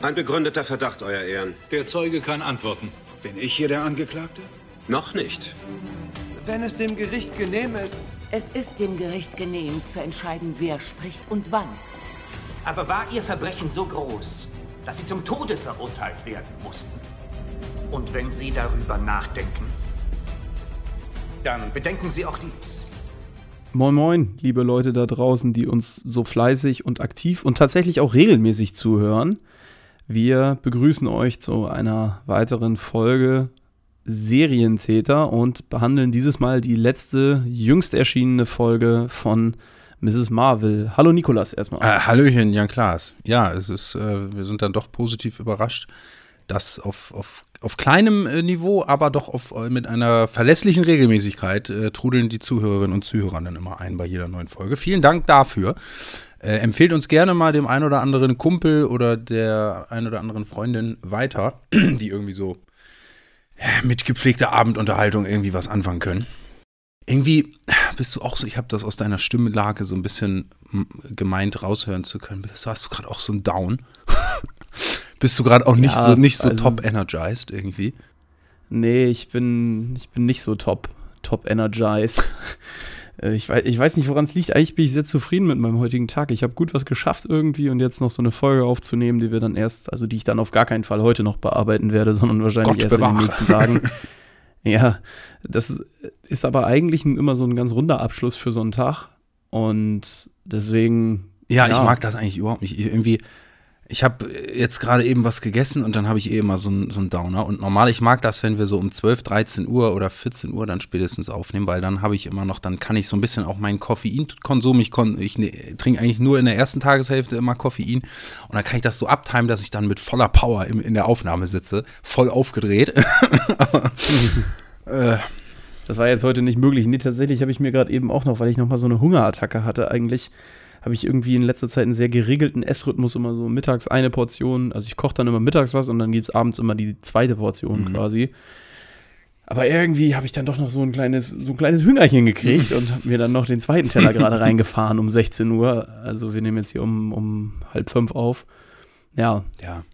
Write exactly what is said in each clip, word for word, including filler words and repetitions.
Ein begründeter Verdacht, Euer Ehren. Der Zeuge kann antworten. Bin ich hier der Angeklagte? Noch nicht. Wenn es dem Gericht genehm ist. Es ist dem Gericht genehm, zu entscheiden, wer spricht und wann. Aber war Ihr Verbrechen so groß, dass Sie zum Tode verurteilt werden mussten? Und wenn Sie darüber nachdenken, dann bedenken Sie auch dies. Moin moin, liebe Leute da draußen, die uns so fleißig und aktiv und tatsächlich auch regelmäßig zuhören. Wir begrüßen euch zu einer weiteren Folge Serientäter und behandeln dieses Mal die letzte, jüngst erschienene Folge von Misses Marvel. Hallo Nikolas erstmal. Äh, Hallöchen, Jan Klaas. Ja, es ist, äh, wir sind dann doch positiv überrascht, dass auf, auf, auf kleinem äh, Niveau, aber doch auf, äh, mit einer verlässlichen Regelmäßigkeit äh, trudeln die Zuhörerinnen und Zuhörer dann immer ein bei jeder neuen Folge. Vielen Dank dafür. Äh, empfehlt uns gerne mal dem ein oder anderen Kumpel oder der ein oder anderen Freundin weiter, die irgendwie so mit gepflegter Abendunterhaltung irgendwie was anfangen können. Irgendwie bist du auch so, ich habe das aus deiner Stimmlage so ein bisschen gemeint raushören zu können. Bist du, hast du gerade auch so einen Down? Bist du gerade auch nicht ja, so nicht so also top energized irgendwie? Nee, ich bin ich bin nicht so top top energized. Ich weiß, ich weiß nicht, woran es liegt. Eigentlich bin ich sehr zufrieden mit meinem heutigen Tag. Ich habe gut was geschafft irgendwie und jetzt noch so eine Folge aufzunehmen, die wir dann erst, also die ich dann auf gar keinen Fall heute noch bearbeiten werde, sondern wahrscheinlich Gott erst bewahre. in den nächsten Tagen. Ja, das ist aber eigentlich immer so ein ganz runder Abschluss für so einen Tag und deswegen. Ja, ja. Ich mag das eigentlich überhaupt nicht. Ich, irgendwie, ich habe jetzt gerade eben was gegessen und dann habe ich eh immer so einen so einen Downer und normal, ich mag das, wenn wir so um zwölf, dreizehn Uhr oder vierzehn Uhr dann spätestens aufnehmen, weil dann habe ich immer noch, dann kann ich so ein bisschen auch meinen Koffeinkonsum, ich, kon, ich ne, trinke eigentlich nur in der ersten Tageshälfte immer Koffein und dann kann ich das so abtimen, dass ich dann mit voller Power im, in der Aufnahme sitze, voll aufgedreht. Aber, äh, das war jetzt heute nicht möglich. Nee, tatsächlich habe ich mir gerade eben auch noch, weil ich noch mal so eine Hungerattacke hatte, eigentlich habe ich irgendwie in letzter Zeit einen sehr geregelten Essrhythmus, immer so mittags eine Portion, also ich koche dann immer mittags was und dann gibt es abends immer die zweite Portion mhm. quasi. Aber irgendwie habe ich dann doch noch so ein kleines, so ein kleines Hüngerchen gekriegt und habe mir dann noch den zweiten Teller gerade reingefahren um sechzehn Uhr. Also wir nehmen jetzt hier um, um halb fünf auf. Ja. Ja.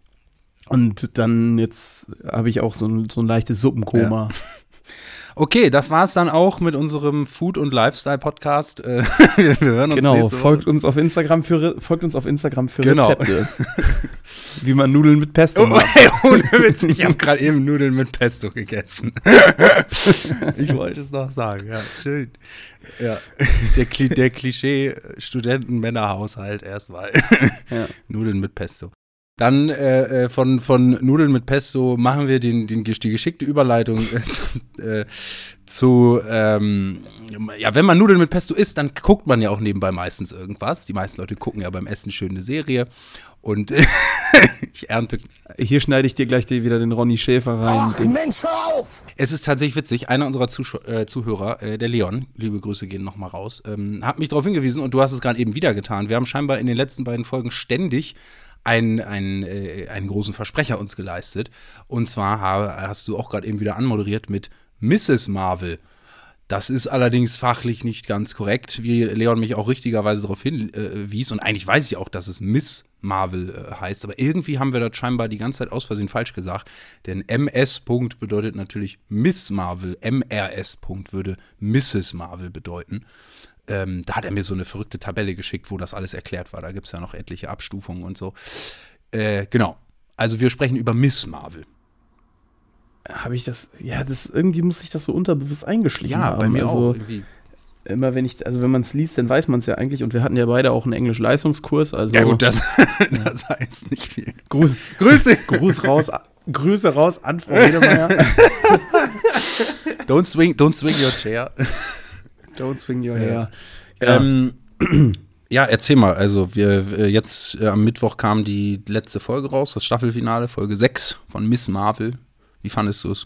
Und dann jetzt habe ich auch so ein, so ein leichtes Suppenkoma. Ja. Okay, das war's dann auch mit unserem Food- und Lifestyle-Podcast. wir, wir hören uns genau, nächste Woche. folgt uns auf Instagram für, folgt uns auf Instagram für genau. Rezepte. Wie man Nudeln mit Pesto macht. Oh, ohne Witz, ich habe gerade eben Nudeln mit Pesto gegessen. Ich wollte es noch sagen, ja, schön. Ja, der, Kli- der Klischee-Studenten-Männerhaushalt erstmal. Ja. Nudeln mit Pesto. Dann äh, von, von Nudeln mit Pesto machen wir den, den, die geschickte Überleitung äh, zu, ähm, ja, wenn man Nudeln mit Pesto isst, dann guckt man ja auch nebenbei meistens irgendwas. Die meisten Leute gucken ja beim Essen schön eine Serie und ich ernte. Hier schneide ich dir gleich die, wieder den Ronny Schäfer rein. Ach, Mensch, hör auf! Es ist tatsächlich witzig, einer unserer Zusch- äh, Zuhörer, äh, der Leon, liebe Grüße gehen nochmal raus, ähm, hat mich darauf hingewiesen und du hast es gerade eben wieder getan. Wir haben scheinbar in den letzten beiden Folgen ständig Einen, einen, äh, einen großen Versprecher uns geleistet. Und zwar habe, hast du auch gerade eben wieder anmoderiert mit Misses Marvel. Das ist allerdings fachlich nicht ganz korrekt, wie Leon mich auch richtigerweise darauf hinwies. Äh, und eigentlich weiß ich auch, dass es Miss Marvel äh, heißt. Aber irgendwie haben wir das scheinbar die ganze Zeit aus Versehen falsch gesagt. Denn M S. bedeutet natürlich Miss Marvel. M R S. würde Misses Marvel bedeuten. Ähm, da hat er mir so eine verrückte Tabelle geschickt, wo das alles erklärt war. Da gibt es ja noch etliche Abstufungen und so. Äh, genau. Also wir sprechen über Miss Marvel. Habe ich das, ja, das irgendwie muss ich das so unterbewusst eingeschlichen ja, haben. Ja, bei mir also, auch irgendwie. Immer wenn ich, also wenn man es liest, dann weiß man es ja eigentlich. Und wir hatten ja beide auch einen Englisch-Leistungskurs. Also, ja gut, das, das heißt nicht viel. Gruß, Grüße. Gruß raus, Grüße raus an Frau Wedemeyer. Don't swing, don't swing your chair. Don't swing your hair. Ja. Ähm, ja, erzähl mal. Also wir jetzt äh, am Mittwoch kam die letzte Folge raus, das Staffelfinale, Folge sechs von Miss Marvel. Wie fandest du es?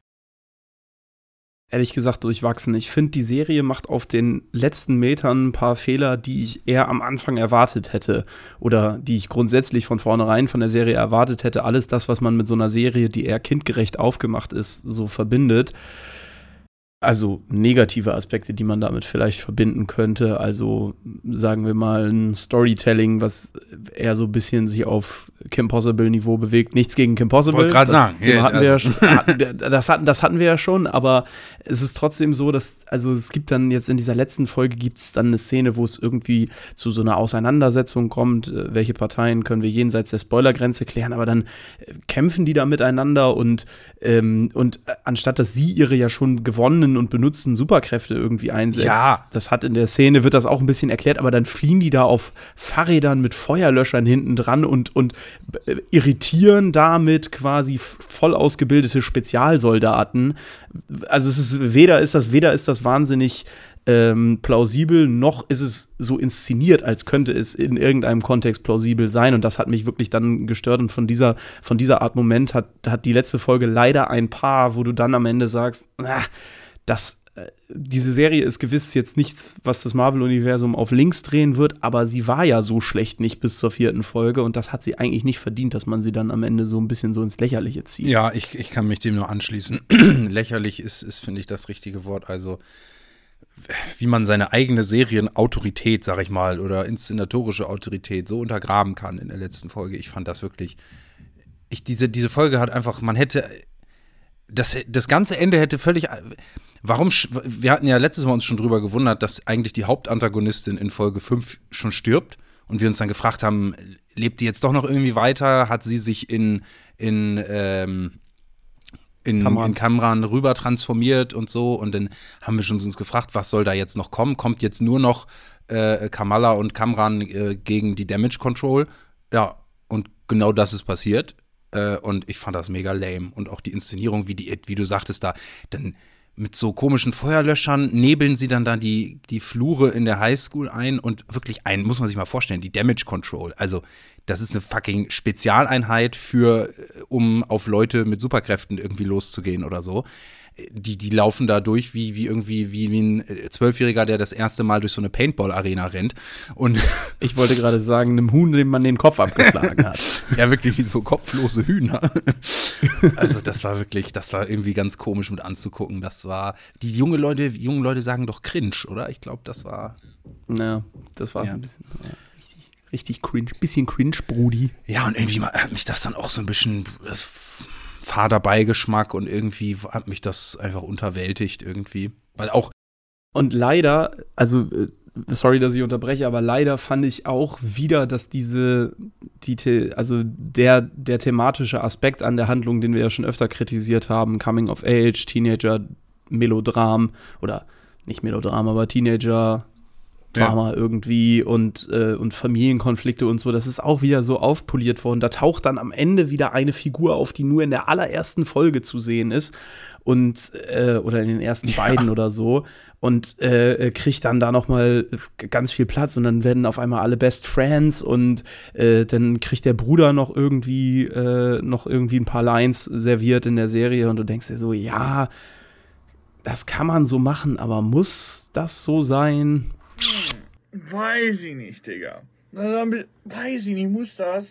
Ehrlich gesagt durchwachsen. Ich finde, die Serie macht auf den letzten Metern ein paar Fehler, die ich eher am Anfang erwartet hätte. Oder die ich grundsätzlich von vornherein von der Serie erwartet hätte. Alles das, was man mit so einer Serie, die eher kindgerecht aufgemacht ist, so verbindet. also negative Aspekte, die man damit vielleicht verbinden könnte. Also sagen wir mal ein Storytelling, was eher so ein bisschen sich auf Kim Possible-Niveau bewegt. Nichts gegen Kim Possible. Wollte gerade sagen. Yeah, hatten also. wir ja schon, das, hatten, das hatten wir ja schon, aber es ist trotzdem so, dass, also es gibt dann jetzt in dieser letzten Folge gibt es dann eine Szene, wo es irgendwie zu so einer Auseinandersetzung kommt. Welche Parteien können wir jenseits der Spoilergrenze klären, aber dann kämpfen die da miteinander und, ähm, und anstatt, dass sie ihre ja schon gewonnenen und benutzten Superkräfte irgendwie einsetzt. Ja. Das hat in der Szene, wird das auch ein bisschen erklärt, aber dann fliehen die da auf Fahrrädern mit Feuerlöschern hinten dran und, und irritieren damit quasi voll ausgebildete Spezialsoldaten. Also es ist weder ist das, weder ist das wahnsinnig ähm, plausibel, noch ist es so inszeniert, als könnte es in irgendeinem Kontext plausibel sein. Und das hat mich wirklich dann gestört. Und von dieser, von dieser Art Moment hat, hat die letzte Folge leider ein paar, wo du dann am Ende sagst, ah, das, äh, diese Serie ist gewiss jetzt nichts, was das Marvel-Universum auf links drehen wird, aber sie war ja so schlecht nicht bis zur vierten Folge und das hat sie eigentlich nicht verdient, dass man sie dann am Ende so ein bisschen so ins Lächerliche zieht. Ja, ich, ich kann mich dem nur anschließen. Lächerlich ist, ist finde ich, das richtige Wort. Also wie man seine eigene Serienautorität, sag ich mal, oder inszenatorische Autorität so untergraben kann in der letzten Folge. Ich fand das wirklich, ich, diese, diese Folge hat einfach, man hätte, das, das ganze Ende hätte völlig, warum, wir hatten ja letztes Mal uns schon drüber gewundert, dass eigentlich die Hauptantagonistin in Folge fünf schon stirbt und wir uns dann gefragt haben, lebt die jetzt doch noch irgendwie weiter? Hat sie sich in, in, ähm, in Kamran. in Kamran rüber transformiert und so und dann haben wir schon uns gefragt, was soll da jetzt noch kommen? Kommt jetzt nur noch äh, Kamala und Kamran äh, gegen die Damage Control? Ja, und genau das ist passiert äh, und ich fand das mega lame und auch die Inszenierung, wie, die, wie du sagtest da, dann mit so komischen Feuerlöschern nebeln sie dann da die, die Flure in der Highschool ein und wirklich ein, muss man sich mal vorstellen, die Damage Control, also das ist eine fucking Spezialeinheit für, um auf Leute mit Superkräften irgendwie loszugehen oder so. Die, die laufen da durch wie, wie irgendwie wie, wie ein Zwölfjähriger, der das erste Mal durch so eine Paintball-Arena rennt. Und ich wollte gerade sagen, einem Huhn, dem man den Kopf abgeschlagen hat. Ja, wirklich wie so kopflose Hühner. Also das war wirklich, das war irgendwie ganz komisch mit anzugucken. Das war, die junge Leute, junge Leute sagen doch cringe, oder? Ich glaube, das war. Ja, das war ja. so ein bisschen. Ja. Richtig cringe, bisschen cringe, Brudi. Ja, und irgendwie hat mich das dann auch so ein bisschen äh, fader Beigeschmack und irgendwie hat mich das einfach unterwältigt irgendwie. Weil auch. Und leider, also, sorry, dass ich unterbreche, aber leider fand ich auch wieder, dass diese, die, also der, der thematische Aspekt an der Handlung, den wir ja schon öfter kritisiert haben, Coming of Age, Teenager, Melodram oder nicht Melodram, aber Teenager, Drama ja. irgendwie und, äh, und Familienkonflikte und so, das ist auch wieder so aufpoliert worden. Da taucht dann am Ende wieder eine Figur auf, die nur in der allerersten Folge zu sehen ist und äh, oder in den ersten ja. beiden oder so und äh, kriegt dann da nochmal ganz viel Platz und dann werden auf einmal alle Best Friends und äh, dann kriegt der Bruder noch irgendwie äh, noch irgendwie ein paar Lines serviert in der Serie und du denkst dir so, ja, das kann man so machen, aber muss das so sein? Weiß ich nicht, Digga. Weiß ich nicht, muss das?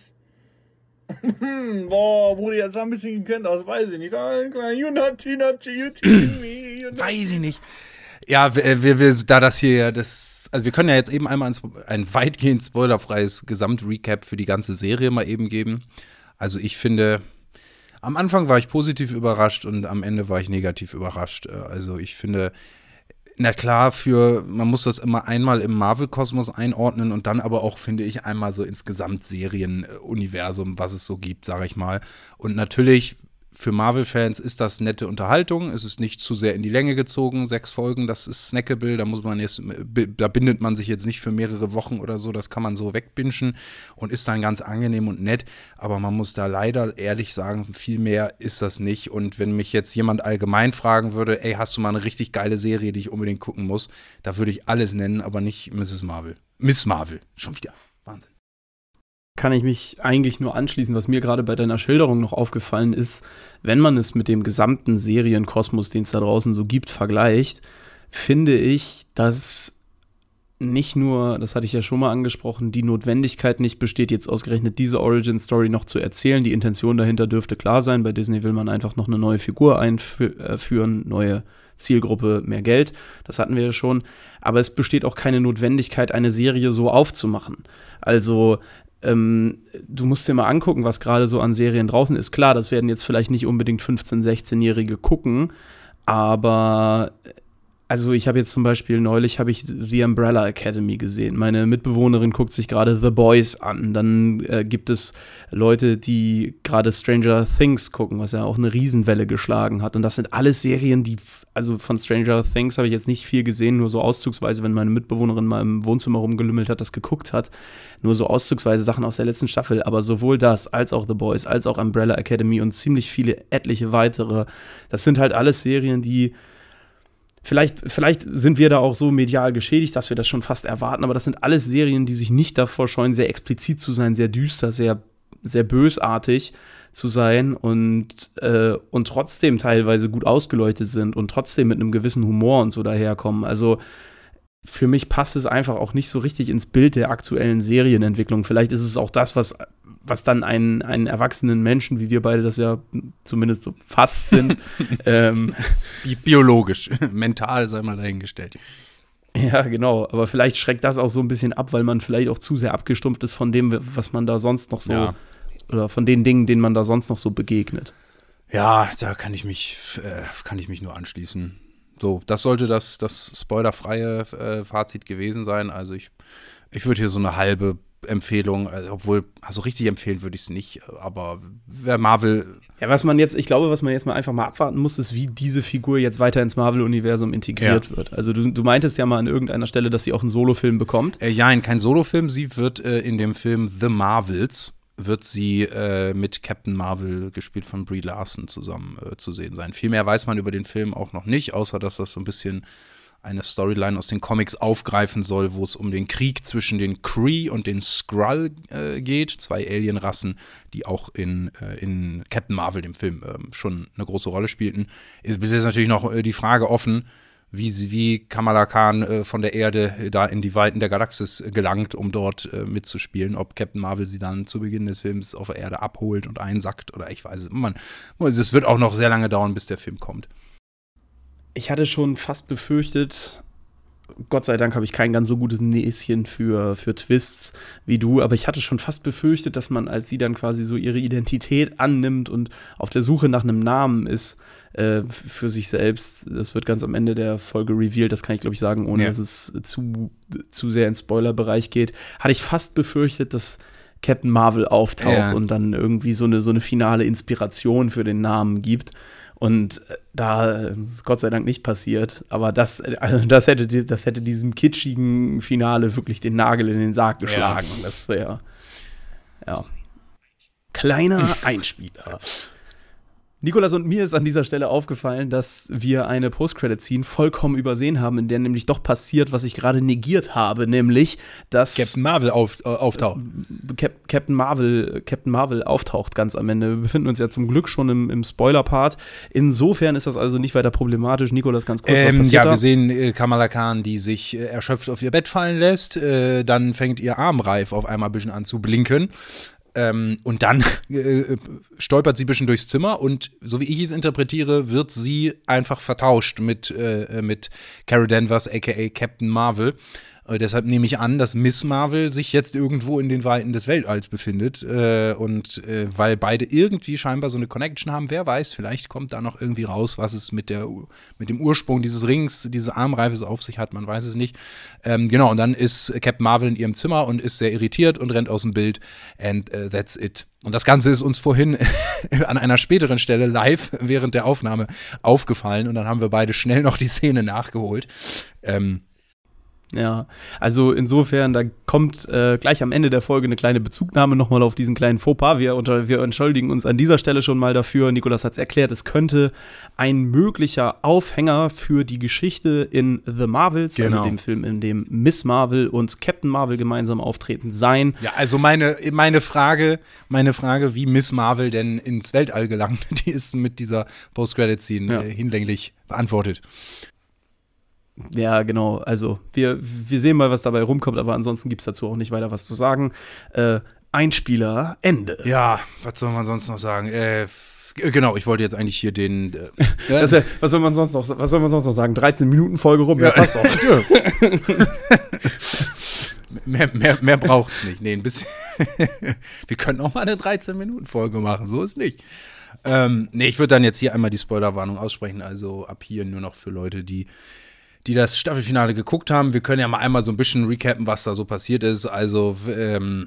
Boah, Bruder, jetzt sah ein bisschen gekannt aus, weiß ich nicht. You not, you not, you me. Weiß ich nicht. Ja, wir, wir, wir, da das hier ja, das, also wir können ja jetzt eben einmal ein, ein weitgehend spoilerfreies Gesamtrecap für die ganze Serie mal eben geben. Also ich finde, am Anfang war ich positiv überrascht und am Ende war ich negativ überrascht. Also ich finde, na klar, für, man muss das immer einmal im Marvel-Kosmos einordnen und dann aber auch, finde ich, einmal so ins Gesamtserien-Universum, was es so gibt, sage ich mal. Und natürlich, für Marvel-Fans ist das nette Unterhaltung. Es ist nicht zu sehr in die Länge gezogen. Sechs Folgen, das ist snackable. Da muss man jetzt, da bindet man sich jetzt nicht für mehrere Wochen oder so. Das kann man so wegbingen und ist dann ganz angenehm und nett. Aber man muss da leider ehrlich sagen, viel mehr ist das nicht. Und wenn mich jetzt jemand allgemein fragen würde, ey, hast du mal eine richtig geile Serie, die ich unbedingt gucken muss, da würde ich alles nennen, aber nicht Misses Marvel. Miss Marvel, schon wieder. Wahnsinn. Kann ich mich eigentlich nur anschließen, was mir gerade bei deiner Schilderung noch aufgefallen ist, wenn man es mit dem gesamten Serienkosmos, den es da draußen so gibt, vergleicht, finde ich, dass nicht nur, das hatte ich ja schon mal angesprochen, die Notwendigkeit nicht besteht, jetzt ausgerechnet diese Origin-Story noch zu erzählen. Die Intention dahinter dürfte klar sein. Bei Disney will man einfach noch eine neue Figur einführen, neue Zielgruppe mehr Geld, das hatten wir ja schon, aber es besteht auch keine Notwendigkeit, eine Serie so aufzumachen. Also ähm, du musst dir mal angucken, was gerade so an Serien draußen ist. Klar, das werden jetzt vielleicht nicht unbedingt fünfzehn-, sechzehnjährige gucken, aber also ich habe jetzt zum Beispiel neulich habe ich The Umbrella Academy gesehen. Meine Mitbewohnerin guckt sich gerade The Boys an. Dann äh, gibt es Leute, die gerade Stranger Things gucken, was ja auch eine Riesenwelle geschlagen hat. Und das sind alles Serien, die, also von Stranger Things habe ich jetzt nicht viel gesehen, nur so auszugsweise, wenn meine Mitbewohnerin mal im Wohnzimmer rumgelümmelt hat, das geguckt hat. Nur so auszugsweise Sachen aus der letzten Staffel. Aber sowohl das, als auch The Boys, als auch Umbrella Academy und ziemlich viele etliche weitere, das sind halt alles Serien, die Vielleicht, vielleicht sind wir da auch so medial geschädigt, dass wir das schon fast erwarten, aber das sind alles Serien, die sich nicht davor scheuen, sehr explizit zu sein, sehr düster, sehr, sehr bösartig zu sein und, äh, und trotzdem teilweise gut ausgeleuchtet sind und trotzdem mit einem gewissen Humor und so daherkommen. Also für mich passt es einfach auch nicht so richtig ins Bild der aktuellen Serienentwicklung. Vielleicht ist es auch das, was, was dann einen, einen erwachsenen Menschen, wie wir beide das ja zumindest so fast sind, ähm, Bi- biologisch, mental sei mal dahingestellt. Ja, genau. Aber vielleicht schreckt das auch so ein bisschen ab, weil man vielleicht auch zu sehr abgestumpft ist von dem, was man da sonst noch so, Ja. oder von den Dingen, denen man da sonst noch so begegnet. Ja, da kann ich mich, äh, kann ich mich nur anschließen. So, das sollte das, das spoilerfreie äh, Fazit gewesen sein. Also ich, ich würde hier so eine halbe Empfehlung, also obwohl, also richtig empfehlen würde ich es nicht, aber wer Marvel. Ja, was man jetzt, ich glaube, was man jetzt mal einfach mal abwarten muss, ist, wie diese Figur jetzt weiter ins Marvel-Universum integriert Ja. wird. Also du, du meintest ja mal an irgendeiner Stelle, dass sie auch einen Solofilm bekommt. Äh, ja, kein Solofilm, sie wird äh, in dem Film The Marvels, wird sie äh, mit Captain Marvel, gespielt von Brie Larson, zusammen äh, zu sehen sein. Viel mehr weiß man über den Film auch noch nicht, außer dass das so ein bisschen eine Storyline aus den Comics aufgreifen soll, wo es um den Krieg zwischen den Kree und den Skrull äh, geht, zwei Alienrassen, die auch in, äh, in Captain Marvel, dem Film, äh, schon eine große Rolle spielten. Ist bis jetzt natürlich noch äh, die Frage offen, wie, sie, wie Kamala Khan äh, von der Erde äh, da in die Weiten der Galaxis äh, gelangt, um dort äh, mitzuspielen. Ob Captain Marvel sie dann zu Beginn des Films auf der Erde abholt und einsackt oder ich weiß es. Man, es wird auch noch sehr lange dauern, bis der Film kommt. Ich hatte schon fast befürchtet, Gott sei Dank habe ich kein ganz so gutes Näschen für, für Twists wie du, aber ich hatte schon fast befürchtet, dass man, als sie dann quasi so ihre Identität annimmt und auf der Suche nach einem Namen ist, äh, für sich selbst, das wird ganz am Ende der Folge revealed, das kann ich glaube ich sagen, ohne Ja. dass es zu, zu sehr ins Spoilerbereich geht, hatte ich fast befürchtet, dass Captain Marvel auftaucht Ja. und dann irgendwie so eine, so eine finale Inspiration für den Namen gibt. Und da ist Gott sei Dank nicht passiert, aber das, also das, hätte, das hätte diesem kitschigen Finale wirklich den Nagel in den Sarg geschlagen. Ja. Das wäre, ja. Kleiner Einspieler. Nikolas und mir ist an dieser Stelle aufgefallen, dass wir eine Post-Credit-Scene vollkommen übersehen haben, in der nämlich doch passiert, was ich gerade negiert habe, nämlich, dass Captain Marvel auf, äh, auftaucht. Cap- Captain Marvel, Captain Marvel auftaucht ganz am Ende. Wir befinden uns ja zum Glück schon im, im Spoiler-Part. Insofern ist das also nicht weiter problematisch. Nikolas, ganz kurz, was Ähm, passiert ja, da? wir sehen äh, Kamala Khan, die sich äh, erschöpft auf ihr Bett fallen lässt. Äh, dann fängt ihr Armreif auf einmal ein bisschen an zu blinken. Ähm, und dann äh, stolpert sie ein bisschen durchs Zimmer und so wie ich es interpretiere, wird sie einfach vertauscht mit, äh, mit Carol Danvers, aka Captain Marvel. Äh, deshalb nehme ich an, dass Miss Marvel sich jetzt irgendwo in den Weiten des Weltalls befindet. Äh, und äh, weil beide irgendwie scheinbar so eine Connection haben, wer weiß, vielleicht kommt da noch irgendwie raus, was es mit, der, mit dem Ursprung dieses Rings, dieses Armreifes auf sich hat, man weiß es nicht. Ähm, genau, und dann ist Captain Marvel in ihrem Zimmer und ist sehr irritiert und rennt aus dem Bild. And uh, that's it. Und das Ganze ist uns vorhin an einer späteren Stelle live während der Aufnahme aufgefallen und dann haben wir beide schnell noch die Szene nachgeholt. Ähm, Ja, also insofern, da kommt äh, gleich am Ende der Folge eine kleine Bezugnahme nochmal auf diesen kleinen Fauxpas. Wir, unter, wir entschuldigen uns an dieser Stelle schon mal dafür. Nikolas hat es erklärt, es könnte ein möglicher Aufhänger für die Geschichte in The Marvels, Genau. also dem Film, in dem Miss Marvel und Captain Marvel gemeinsam auftreten, sein. Ja, also meine, meine Frage, meine Frage, wie Miss Marvel denn ins Weltall gelangt, die ist mit dieser Post-Credit-Scene Ja. äh, hinlänglich beantwortet. Ja, genau. Also wir, wir sehen mal, was dabei rumkommt, aber ansonsten gibt es dazu auch nicht weiter was zu sagen. Äh, Einspieler, Ende. Ja, was soll man sonst noch sagen? Äh, Genau, ich wollte jetzt eigentlich hier den. Äh, das, äh, was soll man sonst noch, was soll man sonst noch sagen? dreizehn Minuten Folge rum, ja, ja passt auch. mehr mehr, mehr braucht es nicht. Nee, ein bisschen. Wir können auch mal eine dreizehn Minuten Folge machen, so ist nicht. Ähm, nee, ich würde dann jetzt hier einmal die Spoilerwarnung aussprechen. Also ab hier nur noch für Leute, die, die das Staffelfinale geguckt haben. Wir können ja mal einmal so ein bisschen recappen, was da so passiert ist. Also, ähm.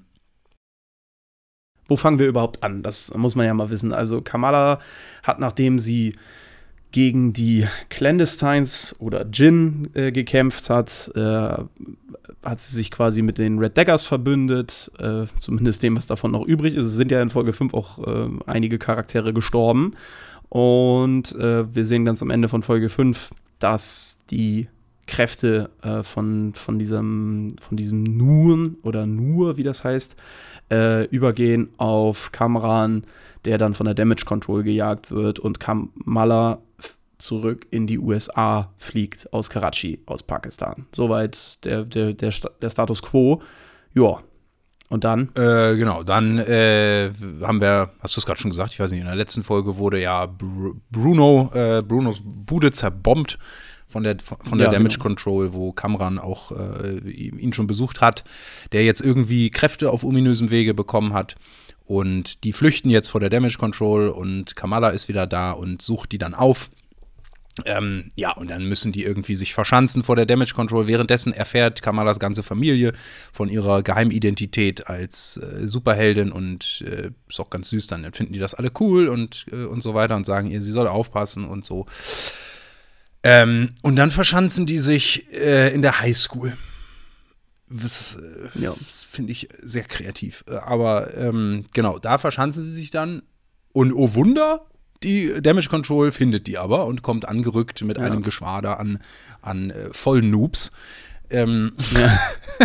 Wo fangen wir überhaupt an? Das muss man ja mal wissen. Also Kamala hat, nachdem sie gegen die Clandestines oder Jinn äh, gekämpft hat, äh, hat sie sich quasi mit den Red Daggers verbündet, äh, zumindest dem, was davon noch übrig ist. Es sind ja in Folge fünf auch äh, einige Charaktere gestorben. Und äh, wir sehen ganz am Ende von Folge fünf, dass die Kräfte äh, von, von diesem, von diesem Nur oder Nur, wie das heißt, äh, übergehen auf Kamran, der dann von der Damage Control gejagt wird und Kamala zurück in die U S A fliegt, aus Karachi, aus Pakistan. Soweit der, der, der, der Status quo. Ja. Und dann? Äh, genau, dann äh, haben wir, hast du es gerade schon gesagt, ich weiß nicht, in der letzten Folge wurde ja Br- Bruno, äh, Brunos Bude zerbombt von der, von der ja, Damage genau. Control, wo Kamran auch äh, ihn schon besucht hat, der jetzt irgendwie Kräfte auf ominösem Wege bekommen hat. Und die flüchten jetzt vor der Damage Control und Kamala ist wieder da und sucht die dann auf. Ähm, ja, und dann müssen die irgendwie sich verschanzen vor der Damage Control. Währenddessen erfährt Kamalas ganze Familie von ihrer Geheimidentität als äh, Superheldin und äh, ist auch ganz süß, dann finden die das alle cool und, äh, und so weiter und sagen ihr, sie soll aufpassen und so. Ähm, und dann verschanzen die sich äh, in der Highschool. Das, äh, ja. das finde ich sehr kreativ. Aber ähm, genau, da verschanzen sie sich dann und oh Wunder, die Damage Control findet die aber und kommt angerückt mit ja. einem Geschwader an, an äh, Vollnoobs. Ähm, ja.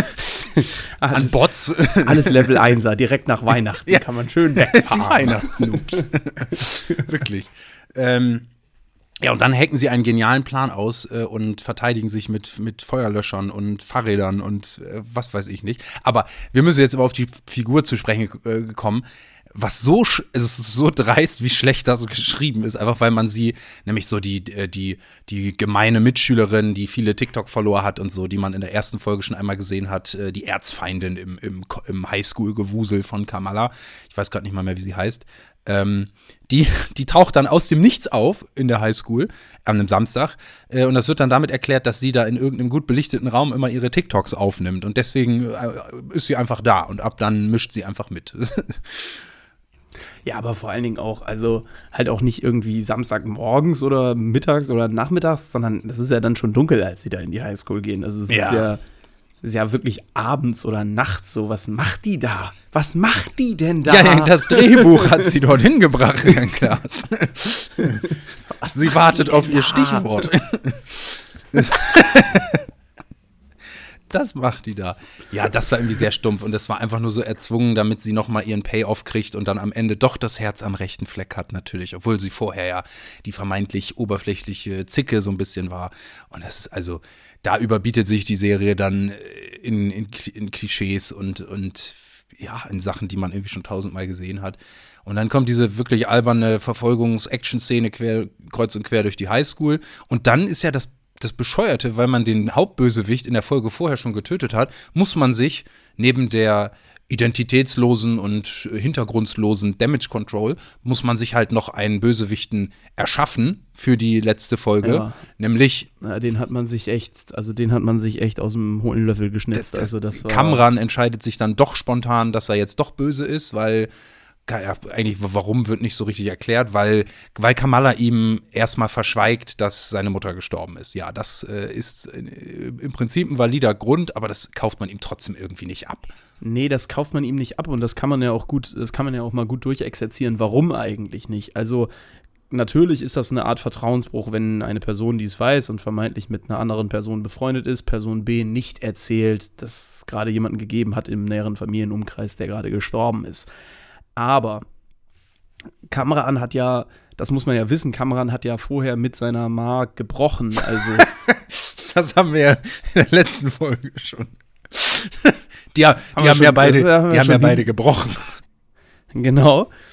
an alles, Bots. Alles Level einser, direkt nach Weihnachten. Ja. Kann man schön wegfahren. Die Weihnachtsnoobs. Wirklich. Ähm, ja, und dann hacken sie einen genialen Plan aus äh, und verteidigen sich mit, mit Feuerlöschern und Fahrrädern und äh, was weiß ich nicht. Aber wir müssen jetzt aber auf die Figur zu sprechen äh, kommen. Was so, sch- es ist so dreist, wie schlecht das so geschrieben ist, einfach weil man sie, nämlich so die, die, die gemeine Mitschülerin, die viele TikTok-Follower hat und so, die man in der ersten Folge schon einmal gesehen hat, die Erzfeindin im, im, im Highschool-Gewusel von Kamala, ich weiß gerade nicht mal mehr, wie sie heißt, ähm, die, die taucht dann aus dem Nichts auf in der Highschool an einem Samstag äh, und das wird dann damit erklärt, dass sie da in irgendeinem gut belichteten Raum immer ihre TikToks aufnimmt und deswegen äh, ist sie einfach da und ab dann mischt sie einfach mit. Ja, aber vor allen Dingen auch, also halt auch nicht irgendwie Samstagmorgens oder mittags oder nachmittags, sondern das ist ja dann schon dunkel, als sie da in die Highschool gehen. Also es ja. ist ja, es ist ja wirklich abends oder nachts so. Was macht die da? Was macht die denn da? Ja, das Drehbuch hat sie dorthin gebracht, Herrn Klaas. Sie wartet auf ihr Stichwort. Das macht die da. Ja, das war irgendwie sehr stumpf und das war einfach nur so erzwungen, damit sie nochmal ihren Payoff kriegt und dann am Ende doch das Herz am rechten Fleck hat natürlich, obwohl sie vorher ja die vermeintlich oberflächliche Zicke so ein bisschen war. Und das ist also, da überbietet sich die Serie dann in, in, in Klischees und, und ja, in Sachen, die man irgendwie schon tausendmal gesehen hat. Und dann kommt diese wirklich alberne Verfolgungs-Action-Szene quer, kreuz und quer durch die Highschool und dann ist ja das Das Bescheuerte, weil man den Hauptbösewicht in der Folge vorher schon getötet hat, muss man sich neben der identitätslosen und hintergrundlosen Damage Control, muss man sich halt noch einen Bösewichten erschaffen für die letzte Folge, ja. nämlich Na, den hat man sich echt, also den hat man sich echt aus dem hohlen Löffel geschnitzt. Das, das, also das war Kamran entscheidet sich dann doch spontan, dass er jetzt doch böse ist, weil ja, eigentlich, warum wird nicht so richtig erklärt, weil, weil Kamala ihm erstmal verschweigt, dass seine Mutter gestorben ist. Ja, das äh, ist äh, im Prinzip ein valider Grund, aber das kauft man ihm trotzdem irgendwie nicht ab. Nee, das kauft man ihm nicht ab und das kann man ja auch gut, das kann man ja auch mal gut durchexerzieren, warum eigentlich nicht. Also natürlich ist das eine Art Vertrauensbruch, wenn eine Person, die es weiß und vermeintlich mit einer anderen Person befreundet ist, Person B nicht erzählt, dass es gerade jemanden gegeben hat im näheren Familienumkreis, der gerade gestorben ist. Aber Kamran hat ja, das muss man ja wissen, Kamran hat ja vorher mit seiner Ma gebrochen. Also das haben wir ja in der letzten Folge schon. Die, die haben, haben ja beide, die haben ja beide gebrochen. Genau.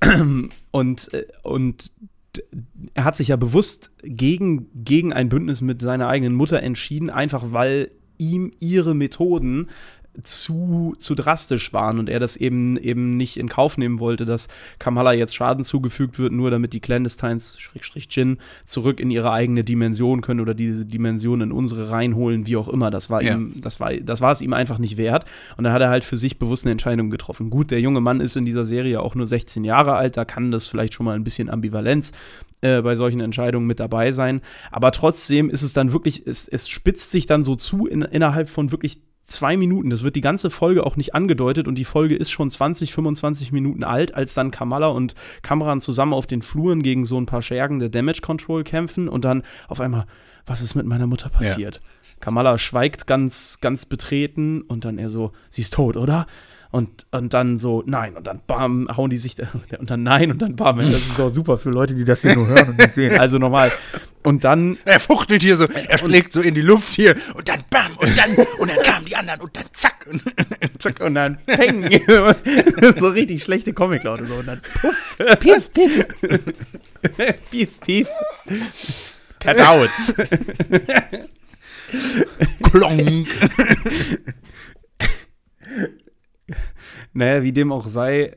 Und, und er hat sich ja bewusst gegen, gegen ein Bündnis mit seiner eigenen Mutter entschieden, einfach weil ihm ihre Methoden zu, zu drastisch waren und er das eben, eben nicht in Kauf nehmen wollte, dass Kamala jetzt Schaden zugefügt wird, nur damit die Clandestines, Schrägstrich Jin, zurück in ihre eigene Dimension können oder diese Dimension in unsere reinholen, wie auch immer. Das war ja. ihm, das war, das war es ihm einfach nicht wert. Und da hat er halt für sich bewusst eine Entscheidung getroffen. Gut, der junge Mann ist in dieser Serie auch nur sechzehn Jahre alt, da kann das vielleicht schon mal ein bisschen Ambivalenz äh, bei solchen Entscheidungen mit dabei sein. Aber trotzdem ist es dann wirklich, es, es spitzt sich dann so zu in, innerhalb von wirklich zwei Minuten. Das wird die ganze Folge auch nicht angedeutet und die Folge ist schon zwanzig, fünfundzwanzig Minuten alt, als dann Kamala und Kamran zusammen auf den Fluren gegen so ein paar Schergen der Damage Control kämpfen und dann auf einmal, was ist mit meiner Mutter passiert? Ja. Kamala schweigt ganz, ganz betreten und dann er so, sie ist tot, oder? Und, und dann so, nein, und dann bam, hauen die sich, da, und dann nein, und dann bam. Das ist auch super für Leute, die das hier nur hören und nicht sehen. Also normal. Und dann. Er fuchtelt hier so, er schlägt so in die Luft hier, und dann bam, und dann, und dann kamen die anderen, und dann zack. Und zack, und dann peng. So richtig schlechte Comic-Laute, so, und dann puff. Piff, piff. Piff, piff. Kadauz. Klonk. Naja, wie dem auch sei,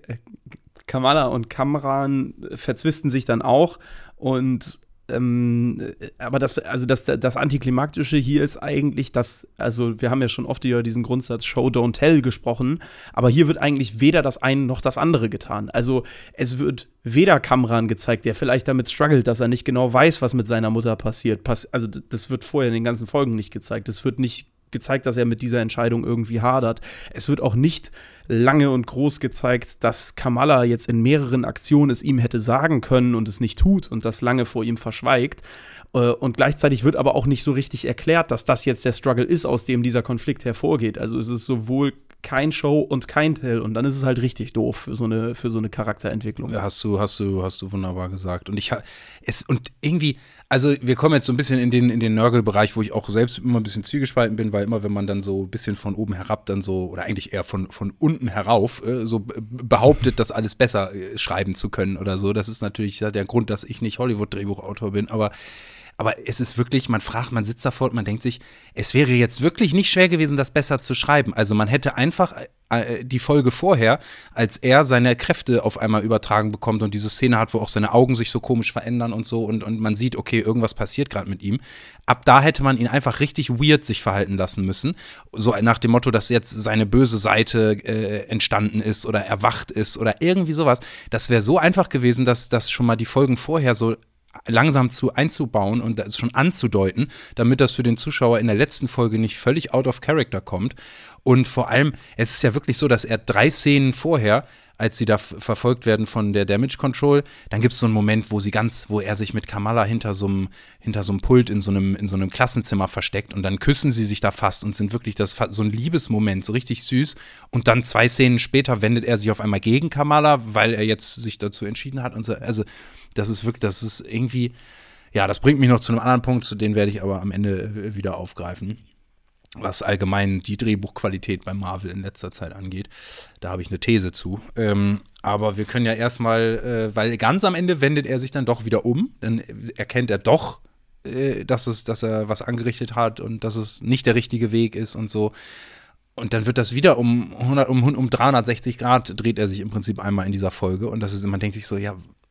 Kamala und Kamran verzwisten sich dann auch und ähm, aber das, also das, das Antiklimaktische hier ist eigentlich, dass, also wir haben ja schon oft über diesen Grundsatz Show, Don't Tell gesprochen, aber hier wird eigentlich weder das eine noch das andere getan. Also es wird weder Kamran gezeigt, der vielleicht damit struggelt, dass er nicht genau weiß, was mit seiner Mutter passiert. Pass- also das wird vorher in den ganzen Folgen nicht gezeigt. Es wird nicht gezeigt, dass er mit dieser Entscheidung irgendwie hadert. Es wird auch nicht lange und groß gezeigt, dass Kamala jetzt in mehreren Aktionen es ihm hätte sagen können und es nicht tut und das lange vor ihm verschweigt. Und gleichzeitig wird aber auch nicht so richtig erklärt, dass das jetzt der Struggle ist, aus dem dieser Konflikt hervorgeht. Also es ist sowohl kein Show und kein Tell und dann ist es halt richtig doof für so eine, für so eine Charakterentwicklung. Ja, hast du, hast du, hast du wunderbar gesagt. Und ich ha- es und irgendwie, also wir kommen jetzt so ein bisschen in den, in den Nörgelbereich, wo ich auch selbst immer ein bisschen zwiegespalten bin, weil immer, wenn man dann so ein bisschen von oben herab dann so, oder eigentlich eher von, von unten herauf, äh, so behauptet, das alles besser äh, schreiben zu können oder so, das ist natürlich der Grund, dass ich nicht Hollywood-Drehbuchautor bin, aber Aber es ist wirklich, man fragt, man sitzt davor und man denkt sich, es wäre jetzt wirklich nicht schwer gewesen, das besser zu schreiben. Also man hätte einfach äh, die Folge vorher, als er seine Kräfte auf einmal übertragen bekommt und diese Szene hat, wo auch seine Augen sich so komisch verändern und so und, und man sieht, okay, irgendwas passiert gerade mit ihm. Ab da hätte man ihn einfach richtig weird sich verhalten lassen müssen. So nach dem Motto, dass jetzt seine böse Seite äh, entstanden ist oder erwacht ist oder irgendwie sowas. Das wäre so einfach gewesen, dass das schon mal die Folgen vorher so langsam zu einzubauen und das schon anzudeuten, damit das für den Zuschauer in der letzten Folge nicht völlig out of character kommt. Und vor allem, es ist ja wirklich so, dass er drei Szenen vorher, als sie da f- verfolgt werden von der Damage Control, dann gibt es so einen Moment, wo sie ganz, wo er sich mit Kamala hinter so einem hinter so einem Pult in so einem in so einem Klassenzimmer versteckt und dann küssen sie sich da fast und sind wirklich das so ein Liebesmoment, so richtig süß. Und dann zwei Szenen später wendet er sich auf einmal gegen Kamala, weil er jetzt sich dazu entschieden hat. Und so, also das ist wirklich, das ist irgendwie, ja, das bringt mich noch zu einem anderen Punkt, zu den werde ich aber am Ende wieder aufgreifen. Was allgemein die Drehbuchqualität bei Marvel in letzter Zeit angeht. Da habe ich eine These zu. Ähm, aber wir können ja erstmal, äh, weil ganz am Ende wendet er sich dann doch wieder um. Dann erkennt er doch, äh, dass, es, dass er was angerichtet hat und dass es nicht der richtige Weg ist und so. Und dann wird das wieder um, hundert, um, um dreihundertsechzig Grad dreht er sich im Prinzip einmal in dieser Folge. Und das ist, man denkt sich so, ja,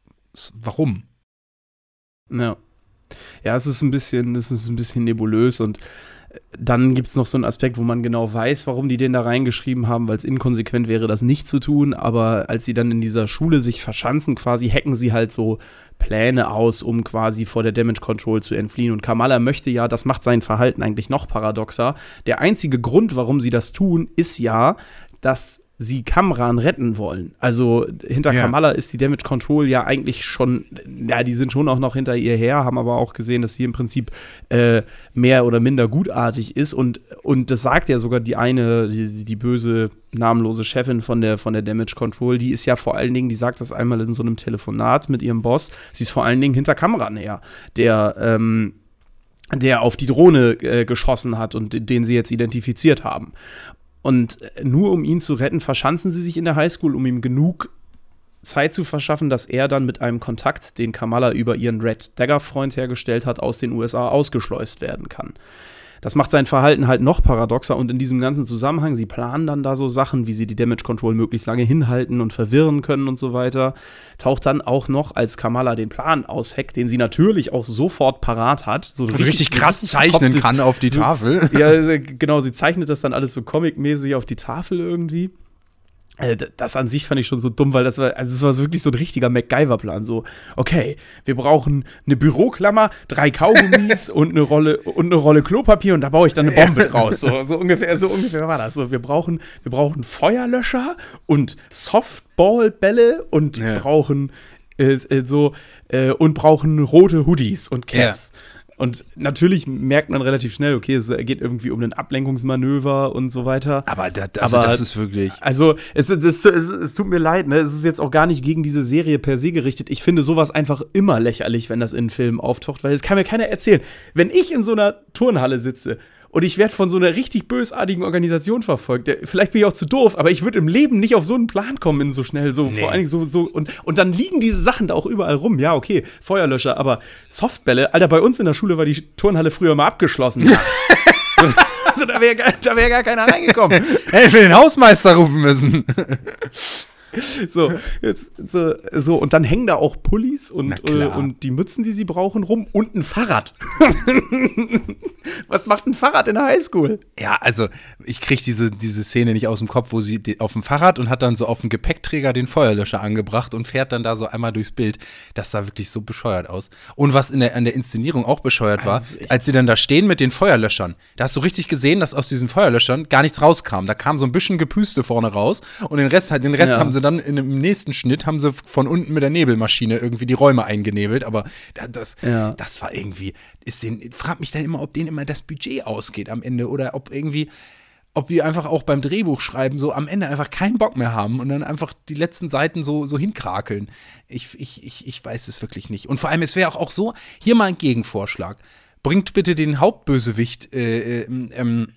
warum? Ja. Ja, es ist ein bisschen, es ist ein bisschen nebulös und dann gibt es noch so einen Aspekt, wo man genau weiß, warum die den da reingeschrieben haben, weil es inkonsequent wäre, das nicht zu tun, aber als sie dann in dieser Schule sich verschanzen, quasi hacken sie halt so Pläne aus, um quasi vor der Damage Control zu entfliehen und Kamala möchte ja, das macht sein Verhalten eigentlich noch paradoxer, der einzige Grund, warum sie das tun, ist ja, dass sie Kamran retten wollen. Also hinter ja. Kamala ist die Damage Control ja eigentlich schon, ja, die sind schon auch noch hinter ihr her, haben aber auch gesehen, dass sie im Prinzip äh, mehr oder minder gutartig ist und, und das sagt ja sogar die eine, die, die böse, namenlose Chefin von der, von der Damage Control, die ist ja vor allen Dingen, die sagt das einmal in so einem Telefonat mit ihrem Boss, sie ist vor allen Dingen hinter Kamran her, der, ähm, der auf die Drohne äh, geschossen hat und den sie jetzt identifiziert haben. Und nur um ihn zu retten, verschanzen sie sich in der Highschool, um ihm genug Zeit zu verschaffen, dass er dann mit einem Kontakt, den Kamala über ihren Red Dagger-Freund hergestellt hat, aus den U S A ausgeschleust werden kann. Das macht sein Verhalten halt noch paradoxer und in diesem ganzen Zusammenhang, sie planen dann da so Sachen, wie sie die Damage Control möglichst lange hinhalten und verwirren können und so weiter, taucht dann auch noch, als Kamala den Plan ausheckt, den sie natürlich auch sofort parat hat. So richtig, richtig krass zeichnen ist, kann auf die so, Tafel. Ja, genau, sie zeichnet das dann alles so comic-mäßig auf die Tafel irgendwie. Das an sich fand ich schon so dumm, weil das war, also es war wirklich so ein richtiger MacGyver-Plan. So, okay, wir brauchen eine Büroklammer, drei Kaugummis und eine Rolle und eine Rolle Klopapier und da baue ich dann eine Bombe draus. So, so ungefähr, so ungefähr war das. So, wir brauchen, wir brauchen Feuerlöscher und Softballbälle und ja. brauchen äh, äh, so äh, und brauchen rote Hoodies und Caps. Ja. Und natürlich merkt man relativ schnell, okay, es geht irgendwie um ein Ablenkungsmanöver und so weiter. Aber das, also Aber, das ist wirklich. Also, es, es, es, es tut mir leid, ne? Es ist jetzt auch gar nicht gegen diese Serie per se gerichtet. Ich finde sowas einfach immer lächerlich, wenn das in Filmen auftaucht, weil es kann mir keiner erzählen. Wenn ich in so einer Turnhalle sitze und ich werde von so einer richtig bösartigen Organisation verfolgt, der, vielleicht bin ich auch zu doof, aber ich würde im Leben nicht auf so einen Plan kommen in so schnell, so nee. vor allen Dingen so, so und, und dann liegen diese Sachen da auch überall rum. Ja, okay, Feuerlöscher, aber Softbälle, Alter, bei uns in der Schule war die Turnhalle früher mal abgeschlossen. Also, da wäre da wär gar keiner reingekommen. Hey, ich will den Hausmeister rufen müssen. So, jetzt, so, so, und dann hängen da auch Pullis und, äh, und die Mützen, die sie brauchen, rum und ein Fahrrad. Was macht ein Fahrrad in der Highschool? Ja, also ich kriege diese, diese Szene nicht aus dem Kopf, wo sie auf dem Fahrrad und hat dann so auf dem Gepäckträger den Feuerlöscher angebracht und fährt dann da so einmal durchs Bild. Das sah wirklich so bescheuert aus. Und was in der, an der Inszenierung auch bescheuert war, also als sie dann da stehen mit den Feuerlöschern, da hast du richtig gesehen, dass aus diesen Feuerlöschern gar nichts rauskam. Da kam so ein bisschen Gepüste vorne raus und den Rest, den Rest ja. haben sie dann in dem nächsten Schnitt haben sie von unten mit der Nebelmaschine irgendwie die Räume eingenebelt, aber das, ja. das war irgendwie, ist den, frag mich dann immer, ob denen immer das Budget ausgeht am Ende oder ob irgendwie, ob die einfach auch beim Drehbuchschreiben so am Ende einfach keinen Bock mehr haben und dann einfach die letzten Seiten so, so hinkrakeln. Ich, ich, ich, ich weiß es wirklich nicht. Und vor allem, es wäre auch, auch so, hier mal ein Gegenvorschlag. Bringt bitte den Hauptbösewicht äh, ähm,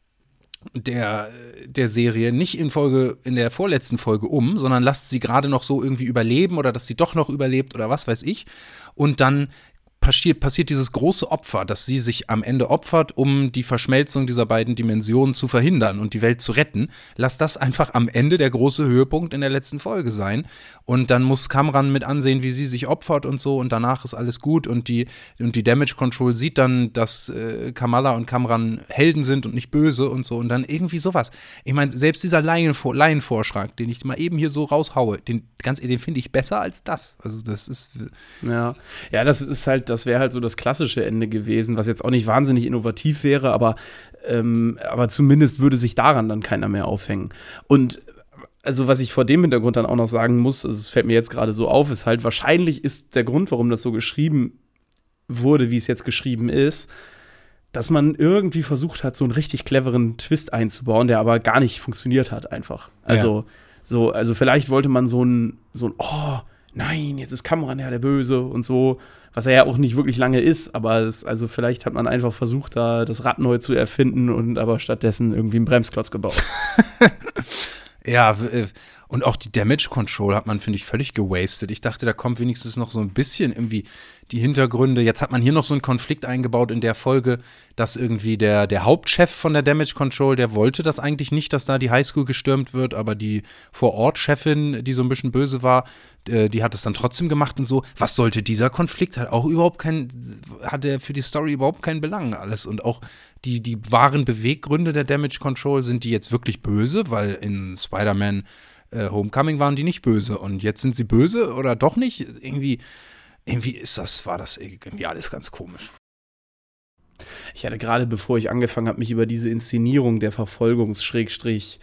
der, der Serie nicht in Folge, in der vorletzten Folge um, sondern lasst sie gerade noch so irgendwie überleben oder dass sie doch noch überlebt oder was weiß ich. Und dann passiert, passiert dieses große Opfer, dass sie sich am Ende opfert, um die Verschmelzung dieser beiden Dimensionen zu verhindern und die Welt zu retten. Lass das einfach am Ende der große Höhepunkt in der letzten Folge sein. Und dann muss Kamran mit ansehen, wie sie sich opfert und so und danach ist alles gut und die, und die Damage Control sieht dann, dass äh, Kamala und Kamran Helden sind und nicht böse und so und dann irgendwie sowas. Ich meine, selbst dieser Laienvor- Laienvorschlag, den ich mal eben hier so raushaue, den, ganz, den finde ich besser als das. Also das ist Ja, ja, das ist halt, das wäre halt so das klassische Ende gewesen, was jetzt auch nicht wahnsinnig innovativ wäre, aber, ähm, aber zumindest würde sich daran dann keiner mehr aufhängen. Und also was ich vor dem Hintergrund dann auch noch sagen muss, also es fällt mir jetzt gerade so auf, ist halt, wahrscheinlich ist der Grund, warum das so geschrieben wurde, wie es jetzt geschrieben ist, dass man irgendwie versucht hat, so einen richtig cleveren Twist einzubauen, der aber gar nicht funktioniert hat einfach. Also, ja. so, also vielleicht wollte man so ein, so ein, oh, nein, jetzt ist Kamran ja der Böse und so, was er ja auch nicht wirklich lange ist, aber es, also vielleicht hat man einfach versucht, da das Rad neu zu erfinden und aber stattdessen irgendwie einen Bremsklotz gebaut. Ja, und auch die Damage Control hat man, finde ich, völlig gewastet. Ich dachte, da kommt wenigstens noch so ein bisschen irgendwie die Hintergründe. Jetzt hat man hier noch so einen Konflikt eingebaut in der Folge, dass irgendwie der, der Hauptchef von der Damage Control, der wollte das eigentlich nicht, dass da die Highschool gestürmt wird, aber die Vor-Ort-Chefin, die so ein bisschen böse war, die hat es dann trotzdem gemacht und so. Was sollte dieser Konflikt? Hat auch überhaupt keinen, hat er für die Story überhaupt keinen Belang alles. Und auch die, die wahren Beweggründe der Damage Control, sind die jetzt wirklich böse? Weil in Spider-Man äh, Homecoming waren die nicht böse. Und jetzt sind sie böse oder doch nicht? Irgendwie, irgendwie ist das, war das irgendwie alles ganz komisch. Ich hatte gerade, bevor ich angefangen habe, mich über diese Inszenierung der Verfolgungs-Schrägstrich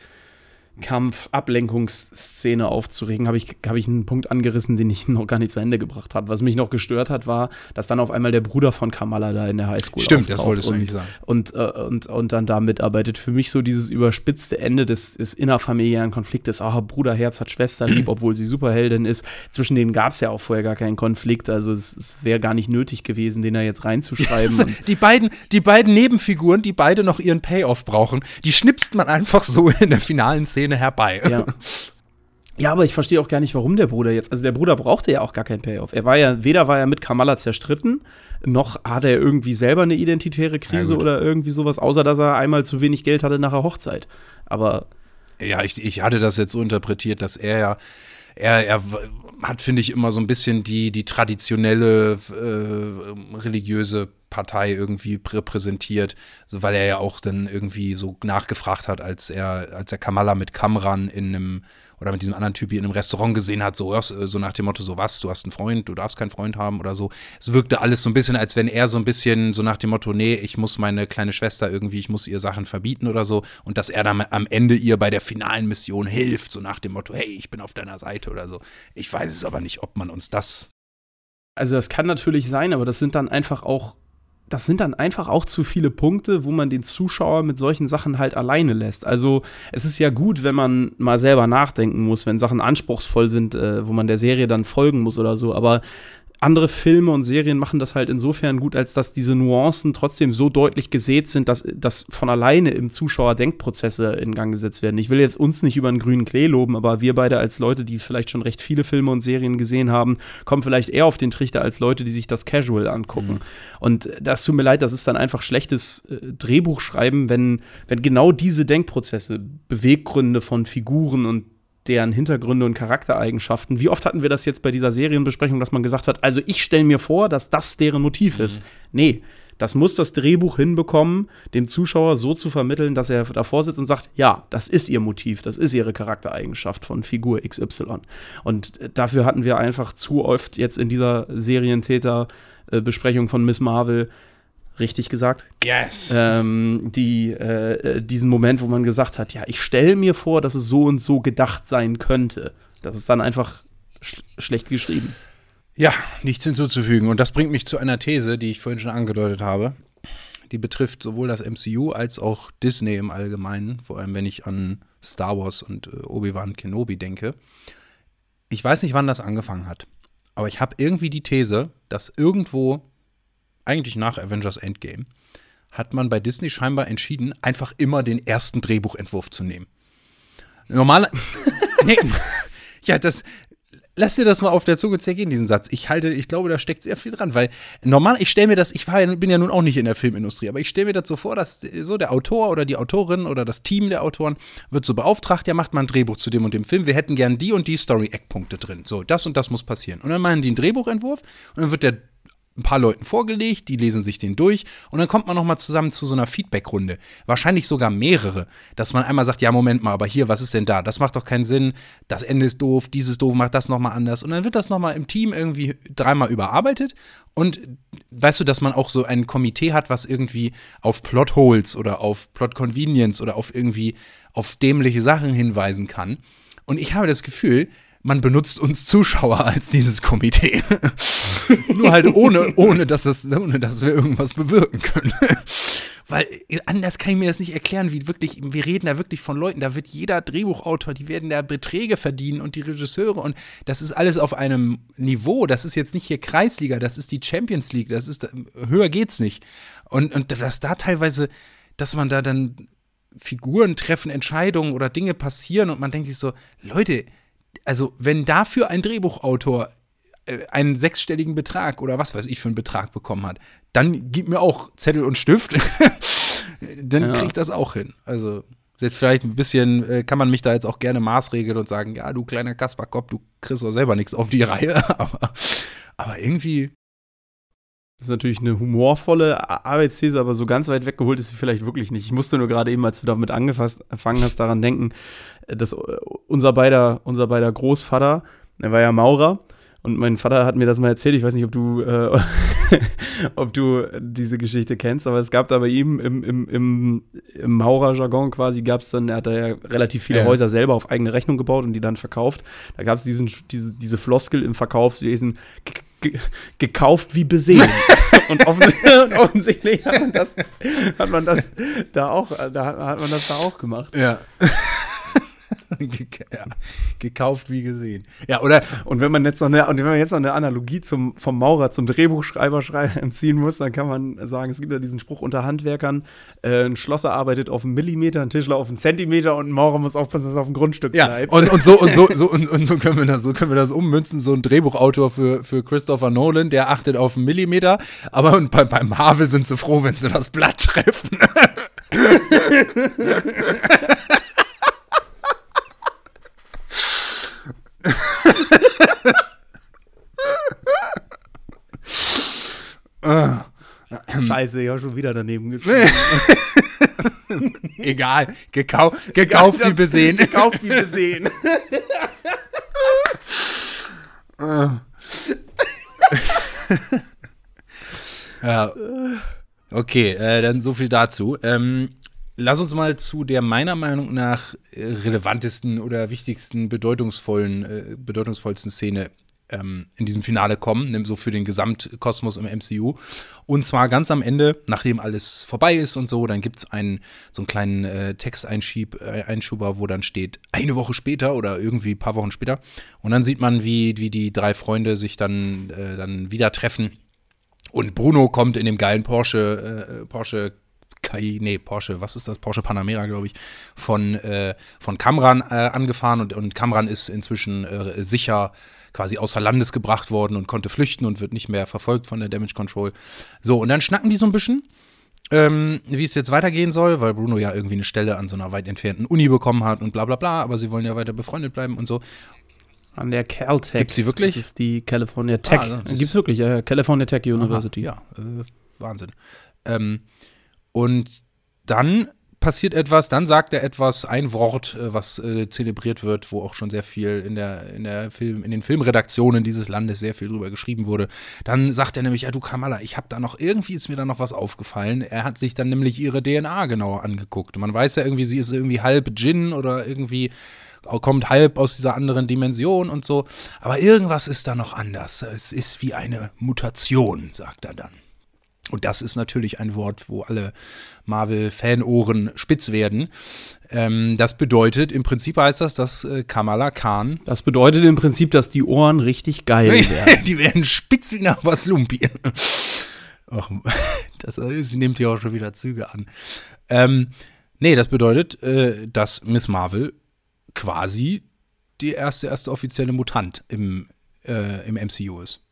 Kampf-Ablenkungsszene aufzuregen, habe ich, hab ich einen Punkt angerissen, den ich noch gar nicht zu Ende gebracht habe. Was mich noch gestört hat, war, dass dann auf einmal der Bruder von Kamala da in der Highschool Stimmt, auftaucht das wolltest du und, eigentlich sagen. Und, äh, und, und dann da mitarbeitet. Für mich so dieses überspitzte Ende des, des innerfamiliären Konfliktes. Ah, Bruderherz hat Schwester lieb, obwohl sie Superheldin ist. Zwischen denen gab es ja auch vorher gar keinen Konflikt. Also es, es wäre gar nicht nötig gewesen, den da jetzt reinzuschreiben. Yes, die, beiden, die beiden Nebenfiguren, die beide noch ihren Payoff brauchen, die schnipst man einfach so in der finalen Szene herbei. Ja. Ja, aber ich verstehe auch gar nicht, warum der Bruder jetzt, also der Bruder brauchte ja auch gar keinen Payoff. Er war ja, weder war er mit Kamala zerstritten, noch hat er irgendwie selber eine identitäre Krise oder irgendwie sowas, außer dass er einmal zu wenig Geld hatte nach der Hochzeit. Aber ja, ich, ich hatte das jetzt so interpretiert, dass er ja, er, er hat, finde ich, immer so ein bisschen die, die traditionelle äh, religiöse Partei irgendwie repräsentiert, so, weil er ja auch dann irgendwie so nachgefragt hat, als er, als er Kamala mit Kamran in einem, oder mit diesem anderen Typ hier in einem Restaurant gesehen hat, so, so nach dem Motto, so was, du hast einen Freund, du darfst keinen Freund haben oder so. Es wirkte alles so ein bisschen, als wenn er so ein bisschen so nach dem Motto, nee, ich muss meine kleine Schwester irgendwie, ich muss ihr Sachen verbieten oder so, und dass er dann am Ende ihr bei der finalen Mission hilft, so nach dem Motto, hey, ich bin auf deiner Seite oder so. Ich weiß es aber nicht, ob man uns das. Also das kann natürlich sein, aber das sind dann einfach auch Das sind dann einfach auch zu viele Punkte, wo man den Zuschauer mit solchen Sachen halt alleine lässt. Also es ist ja gut, wenn man mal selber nachdenken muss, wenn Sachen anspruchsvoll sind, äh, wo man der Serie dann folgen muss oder so. Aber andere Filme und Serien machen das halt insofern gut, als dass diese Nuancen trotzdem so deutlich gesät sind, dass, dass von alleine im Zuschauer Denkprozesse in Gang gesetzt werden. Ich will jetzt uns nicht über den grünen Klee loben, aber wir beide als Leute, die vielleicht schon recht viele Filme und Serien gesehen haben, kommen vielleicht eher auf den Trichter als Leute, die sich das casual angucken. Mhm. Und das tut mir leid, das ist dann einfach schlechtes äh, Drehbuchschreiben, wenn, wenn genau diese Denkprozesse, Beweggründe von Figuren und deren Hintergründe und Charaktereigenschaften. Wie oft hatten wir das jetzt bei dieser Serienbesprechung, dass man gesagt hat, also ich stelle mir vor, dass das deren Motiv mhm. ist. Nee, das muss das Drehbuch hinbekommen, dem Zuschauer so zu vermitteln, dass er davor sitzt und sagt, ja, das ist ihr Motiv, das ist ihre Charaktereigenschaft von Figur X Y. Und dafür hatten wir einfach zu oft jetzt in dieser Serientäter-Besprechung von Miss Marvel richtig gesagt. Yes. Ähm, die, äh, diesen Moment, wo man gesagt hat, ja, ich stelle mir vor, dass es so und so gedacht sein könnte. Das ist dann einfach sch- schlecht geschrieben. Ja, nichts hinzuzufügen. Und das bringt mich zu einer These, die ich vorhin schon angedeutet habe. Die betrifft sowohl das M C U als auch Disney im Allgemeinen. Vor allem, wenn ich an Star Wars und äh, Obi-Wan Kenobi denke. Ich weiß nicht, wann das angefangen hat. Aber ich habe irgendwie die These, dass irgendwo eigentlich nach Avengers Endgame, hat man bei Disney scheinbar entschieden, einfach immer den ersten Drehbuchentwurf zu nehmen. Normal. nee, ja, das. Lass dir das mal auf der Zunge zergehen, diesen Satz. Ich halte, ich glaube, da steckt sehr viel dran, weil normal, ich stelle mir das, ich war, bin ja nun auch nicht in der Filmindustrie, aber ich stelle mir das so vor, dass so der Autor oder die Autorin oder das Team der Autoren wird so beauftragt, ja, macht mal ein Drehbuch zu dem und dem Film, wir hätten gern die und die Story-Eckpunkte drin. So, das und das muss passieren. Und dann machen die einen Drehbuchentwurf und dann wird der ein paar Leuten vorgelegt, die lesen sich den durch und dann kommt man nochmal zusammen zu so einer Feedback-Runde. Wahrscheinlich sogar mehrere, dass man einmal sagt, ja, Moment mal, aber hier, was ist denn da? Das macht doch keinen Sinn, das Ende ist doof, dieses doof, macht das nochmal anders. Und dann wird das nochmal im Team irgendwie dreimal überarbeitet und weißt du, dass man auch so ein Komitee hat, was irgendwie auf Plotholes oder auf Plot-Convenience oder auf irgendwie auf dämliche Sachen hinweisen kann. Und ich habe das Gefühl, man benutzt uns Zuschauer als dieses Komitee. Nur halt ohne, ohne, dass das, ohne, dass wir irgendwas bewirken können. Weil anders kann ich mir das nicht erklären, wie wirklich, wir reden da wirklich von Leuten, da wird jeder Drehbuchautor, die werden da Beträge verdienen und die Regisseure und das ist alles auf einem Niveau, das ist jetzt nicht hier Kreisliga, das ist die Champions League, das ist, höher geht's nicht. Und, und dass da teilweise, dass man da dann Figuren treffen, Entscheidungen oder Dinge passieren und man denkt sich so, Leute, also wenn dafür ein Drehbuchautor äh, einen sechsstelligen Betrag oder was weiß ich für einen Betrag bekommen hat, dann gib mir auch Zettel und Stift, dann ja. krieg ich das auch hin. Also jetzt vielleicht ein bisschen, äh, kann man mich da jetzt auch gerne maßregeln und sagen, ja, du kleiner Kasperkopf, du kriegst auch selber nichts auf die Reihe, aber, aber irgendwie. Das ist natürlich eine humorvolle Arbeitsthese, aber so ganz weit weggeholt ist sie vielleicht wirklich nicht. Ich musste nur gerade eben, als du damit angefangen hast, daran denken, dass unser beider, unser beider Großvater, der war ja Maurer, und mein Vater hat mir das mal erzählt, ich weiß nicht, ob du, äh, ob du diese Geschichte kennst, aber es gab da bei ihm im, im, im, im Maurerjargon quasi, gab es dann, er hat da ja relativ viele ja. Häuser selber auf eigene Rechnung gebaut und die dann verkauft. Da gab es diesen, diese, diese Floskel im Verkaufswesen, Ge- gekauft wie besehen. und, offen- und offensichtlich hat man das, hat man das da auch, da hat man das da auch gemacht. Ja. Ge- ja, gekauft wie gesehen. Ja, oder? Und wenn man jetzt noch eine, und wenn man jetzt noch eine Analogie zum, vom Maurer zum Drehbuchschreiber schrei- ziehen muss, dann kann man sagen, es gibt ja diesen Spruch unter Handwerkern, äh, ein Schlosser arbeitet auf einen Millimeter, ein Tischler auf einen Zentimeter und ein Maurer muss aufpassen, dass er auf dem Grundstück Ja, bleibt. und, und so und so, so und, und so können wir das, so können wir das ummünzen. So ein Drehbuchautor für, für Christopher Nolan, der achtet auf einen Millimeter, aber und bei, bei Marvel sind sie froh, wenn sie das Blatt treffen. Scheiße, ich habe schon wieder daneben geschrieben. Egal, gekau gekauft wie besehen. Gekauft wie besehen. Ja. Okay, äh, dann so viel dazu. Ähm, lass uns mal zu der meiner Meinung nach äh, relevantesten oder wichtigsten, bedeutungsvollen, äh, bedeutungsvollsten Szene ähm, in diesem Finale kommen, nämlich so für den Gesamtkosmos im M C U. Und zwar ganz am Ende, nachdem alles vorbei ist und so, dann gibt es einen so einen kleinen äh, Texteinschieb, äh, Einschuber, wo dann steht, eine Woche später oder irgendwie ein paar Wochen später. Und dann sieht man, wie, wie die drei Freunde sich dann, äh, dann wieder treffen. Und Bruno kommt in dem geilen Porsche, äh, Porsche Kai, nee, Porsche, was ist das? Porsche Panamera, glaube ich, von, äh, von Kamran äh, angefahren und, und Kamran ist inzwischen äh, sicher quasi außer Landes gebracht worden und konnte flüchten und wird nicht mehr verfolgt von der Damage Control. So, und dann schnacken die so ein bisschen, ähm, wie es jetzt weitergehen soll, weil Bruno ja irgendwie eine Stelle an so einer weit entfernten Uni bekommen hat und bla bla bla, aber sie wollen ja weiter befreundet bleiben und so. An der Caltech. Gibt's die wirklich? Das ist die California Tech. Ah, also Gibt's wirklich, ja, California Tech University. Aha, ja, äh, Wahnsinn. Ähm, und dann passiert etwas, dann sagt er etwas, ein Wort, äh, was äh, zelebriert wird, wo auch schon sehr viel in der, in der Film, in den Filmredaktionen dieses Landes sehr viel drüber geschrieben wurde. Dann sagt er nämlich, ja du Kamala, ich habe da noch, irgendwie ist mir da noch was aufgefallen. Er hat sich dann nämlich ihre D N A genauer angeguckt. Man weiß ja irgendwie, sie ist irgendwie halb Djinn oder irgendwie kommt halb aus dieser anderen Dimension und so. Aber irgendwas ist da noch anders. Es ist wie eine Mutation, sagt er dann. Und das ist natürlich ein Wort, wo alle Marvel-Fanohren spitz werden. Ähm, das bedeutet, im Prinzip heißt das, dass äh, Kamala Khan. Das bedeutet im Prinzip, dass die Ohren richtig geil werden. Die werden spitz wie nach was Lumpi. Ach, das, sie nimmt ja auch schon wieder Züge an. Ähm, nee, das bedeutet, äh, dass Miss Marvel quasi die erste, erste offizielle Mutant im, äh, im M C U ist.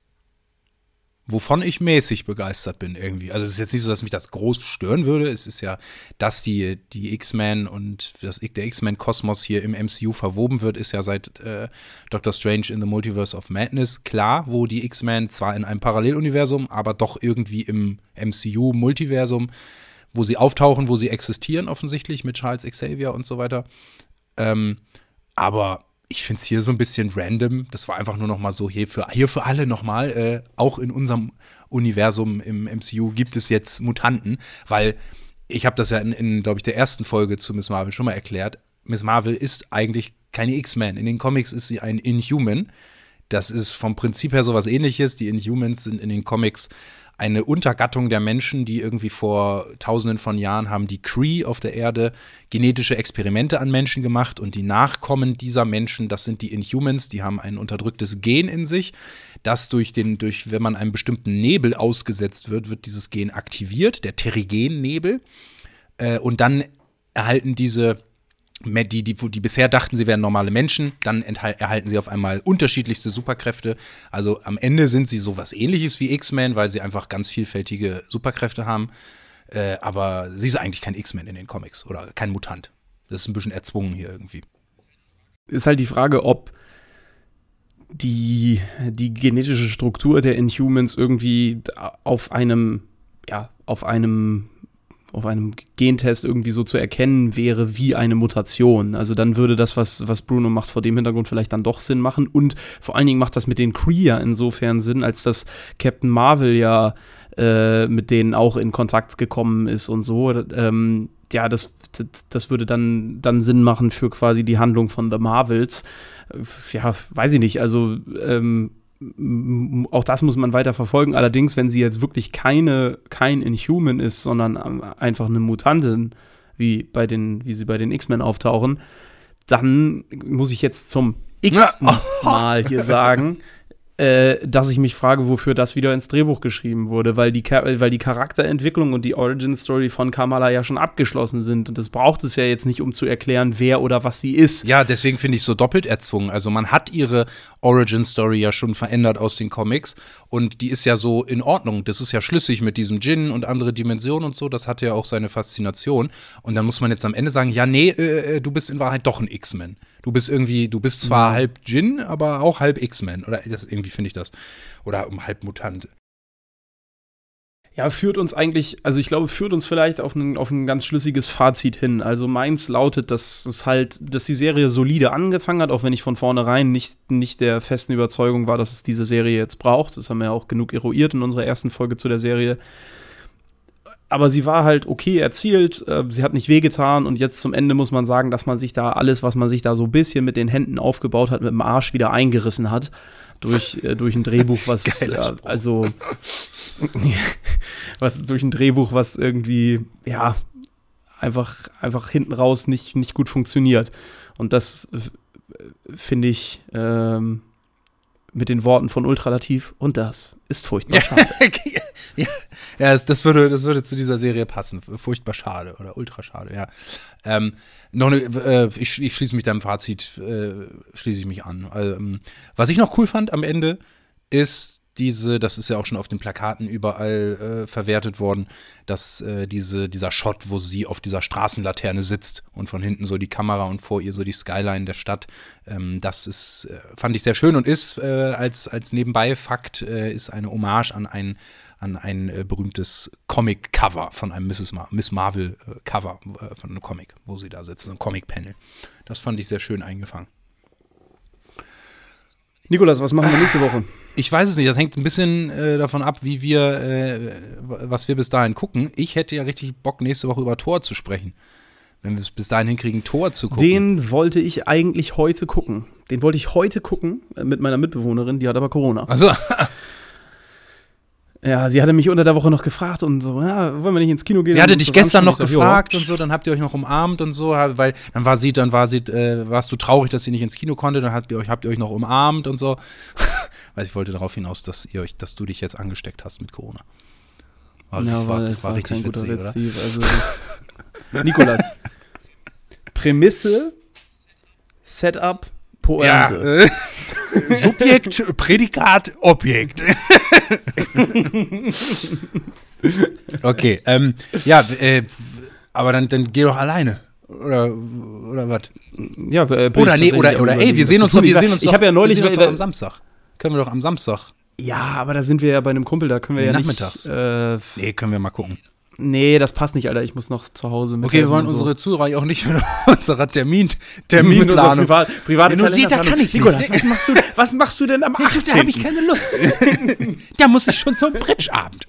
Wovon ich mäßig begeistert bin irgendwie. Also es ist jetzt nicht so, dass mich das groß stören würde. Es ist ja, dass die, die X-Men und das, der X-Men-Kosmos hier im M C U verwoben wird, ist ja seit äh, Doctor Strange in the Multiverse of Madness klar, wo die X-Men zwar in einem Paralleluniversum, aber doch irgendwie im M C U-Multiversum, wo sie auftauchen, wo sie existieren offensichtlich mit Charles Xavier und so weiter. Ähm, aber ich finde es hier so ein bisschen random. Das war einfach nur noch mal so, hier für, hier für alle noch mal, äh, auch in unserem Universum im M C U gibt es jetzt Mutanten, weil ich habe das ja in, in glaube ich, der ersten Folge zu Miss Marvel schon mal erklärt. Miss Marvel ist eigentlich keine X-Men. In den Comics ist sie ein Inhuman. Das ist vom Prinzip her sowas Ähnliches. Die Inhumans sind in den Comics eine Untergattung der Menschen, die irgendwie vor tausenden von Jahren haben die Kree auf der Erde genetische Experimente an Menschen gemacht und die Nachkommen dieser Menschen, das sind die Inhumans, die haben ein unterdrücktes Gen in sich, das durch den, durch, wenn man einem bestimmten Nebel ausgesetzt wird, wird dieses Gen aktiviert, der Terrigen-Nebel, äh, und dann erhalten diese Die, die, die bisher dachten, sie wären normale Menschen, dann erhalten sie auf einmal unterschiedlichste Superkräfte. Also am Ende sind sie sowas Ähnliches wie X-Men, weil sie einfach ganz vielfältige Superkräfte haben. Äh, aber sie ist eigentlich kein X-Men in den Comics oder kein Mutant. Das ist ein bisschen erzwungen hier irgendwie. Ist halt die Frage, ob die, die genetische Struktur der Inhumans irgendwie auf einem, ja, auf einem auf einem Gentest irgendwie so zu erkennen wäre wie eine Mutation. Also dann würde das, was, was Bruno macht, vor dem Hintergrund vielleicht dann doch Sinn machen. Und vor allen Dingen macht das mit den Kree ja insofern Sinn, als dass Captain Marvel ja äh, mit denen auch in Kontakt gekommen ist und so. Ähm, ja, das, das würde dann, dann Sinn machen für quasi die Handlung von The Marvels. Ja, weiß ich nicht. Also ähm, auch das muss man weiter verfolgen. Allerdings, wenn sie jetzt wirklich keine, kein Inhuman ist, sondern einfach eine Mutantin, wie bei den, wie sie bei den X-Men auftauchen, dann muss ich jetzt zum x-ten Mal hier sagen, äh, dass ich mich frage, wofür das wieder ins Drehbuch geschrieben wurde, weil die, weil die Charakterentwicklung und die Origin-Story von Kamala ja schon abgeschlossen sind und das braucht es ja jetzt nicht, um zu erklären, wer oder was sie ist. Ja, deswegen finde ich es so doppelt erzwungen. Also man hat ihre Origin-Story ja schon verändert aus den Comics und die ist ja so in Ordnung. Das ist ja schlüssig mit diesem Djinn und andere Dimensionen und so. Das hat ja auch seine Faszination. Und dann muss man jetzt am Ende sagen, ja, nee, äh, du bist in Wahrheit doch ein X-Men. Du bist irgendwie, du bist zwar mhm. halb Djinn, aber auch halb X-Men. Oder das, irgendwie finde ich das. Oder halb Mutant. Ja, führt uns eigentlich, also ich glaube, führt uns vielleicht auf ein, auf ein ganz schlüssiges Fazit hin. Also meins lautet, dass es halt, dass die Serie solide angefangen hat, auch wenn ich von vornherein nicht, nicht der festen Überzeugung war, dass es diese Serie jetzt braucht. Das haben wir ja auch genug eruiert in unserer ersten Folge zu der Serie. Aber sie war halt okay erzielt, äh, sie hat nicht wehgetan und jetzt zum Ende muss man sagen, dass man sich da alles, was man sich da so ein bisschen mit den Händen aufgebaut hat, mit dem Arsch wieder eingerissen hat. Durch, äh, durch ein Drehbuch, was äh, also was durch ein Drehbuch, was irgendwie, ja, einfach, einfach hinten raus nicht, nicht gut funktioniert. Und das äh, finde ich ähm, mit den Worten von Ultralativ und das ist furchtbar schade. ja, ja das, das, würde, das würde zu dieser Serie passen. Furchtbar schade oder ultra schade, ja. Ähm, noch eine, äh, ich, ich schließe mich deinem Fazit, äh, schließe ich mich an. Also, ähm, was ich noch cool fand am Ende, ist diese, das ist ja auch schon auf den Plakaten überall äh, verwertet worden, dass äh, diese, dieser Shot, wo sie auf dieser Straßenlaterne sitzt und von hinten so die Kamera und vor ihr so die Skyline der Stadt, ähm, das ist, äh, fand ich sehr schön und ist äh, als, als Nebenbei-Fakt, äh, ist eine Hommage an ein, an ein äh, berühmtes Comic-Cover von einem Misses Mar- Miss Marvel-Cover äh, von einem Comic, wo sie da sitzt, so ein Comic-Panel. Das fand ich sehr schön eingefangen. Nikolas, was machen wir nächste Woche? Ich weiß es nicht, das hängt ein bisschen äh, davon ab, wie wir, äh, was wir bis dahin gucken. Ich hätte ja richtig Bock, nächste Woche über Thor zu sprechen. Wenn wir es bis dahin hinkriegen, Thor zu gucken. Den wollte ich eigentlich heute gucken. Den wollte ich heute gucken äh, mit meiner Mitbewohnerin, die hat aber Corona. Also. Ja, sie hatte mich unter der Woche noch gefragt und so, ja, wollen wir nicht ins Kino gehen? Sie hatte dich gestern noch gefragt ja. und so, dann habt ihr euch noch umarmt und so, weil dann war sie, dann war sie, äh, warst du traurig, dass sie nicht ins Kino konnte, dann habt ihr euch, habt ihr euch noch umarmt und so. Weil ich wollte darauf hinaus, dass ihr euch, dass du dich jetzt angesteckt hast mit Corona. War, ja, das war, war, das war war richtig kein witzig, guter oder? Reziv. Also das Nikolas. Prämisse, Setup, Pointe. Ja. Subjekt, Prädikat, Objekt. Okay, ähm, ja, äh, aber dann, dann geh doch alleine. Oder, oder was? Ja, äh, oder nee, oder, oder ey, wir sehen uns doch, wir sehen uns doch, ich ja neulich, wir sehen uns doch am Samstag. Können wir doch am Samstag. Ja, aber da sind wir ja bei einem Kumpel, da können wir nee, ja nachmittags. nicht. Äh, nee, können wir mal gucken. Nee, das passt nicht, Alter. Ich muss noch zu Hause mit. Okay, wir wollen so. unsere Zuhörer auch nicht mit unserer Termin, Terminplanung. Privat, private ja, nee, da kann ich Nikolas, was machst du, was machst du denn am achtzehnten? Da habe ich keine Lust. Da muss ich schon zum Bridgeabend.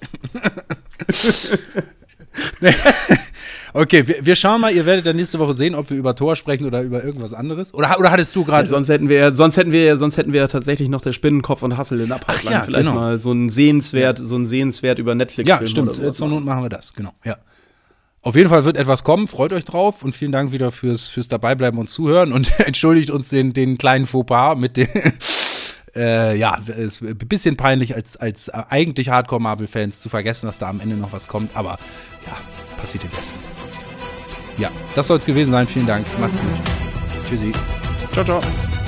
Okay, wir, wir schauen mal, ihr werdet dann nächste Woche sehen, ob wir über Thor sprechen oder über irgendwas anderes. Oder, oder hattest du gerade. Ja, sonst hätten wir sonst hätten wir sonst hätten wir ja tatsächlich noch der Spinnenkopf und Hassel in Abhaltland. Ja, vielleicht genau. mal so ein sehenswert, so ein sehenswert über Netflix. Ja, stimmt. Oder zur Not machen wir das, genau. Ja. Auf jeden Fall wird etwas kommen, freut euch drauf und vielen Dank wieder fürs, fürs Dabeibleiben und Zuhören und entschuldigt uns den, den kleinen Fauxpas mit den, äh, ja, es ist ein bisschen peinlich als, als eigentlich Hardcore-Marvel-Fans zu vergessen, dass da am Ende noch was kommt, aber ja, passiert dem Besten. Ja, das soll es gewesen sein, vielen Dank, macht's gut. Tschüssi. Ciao, ciao.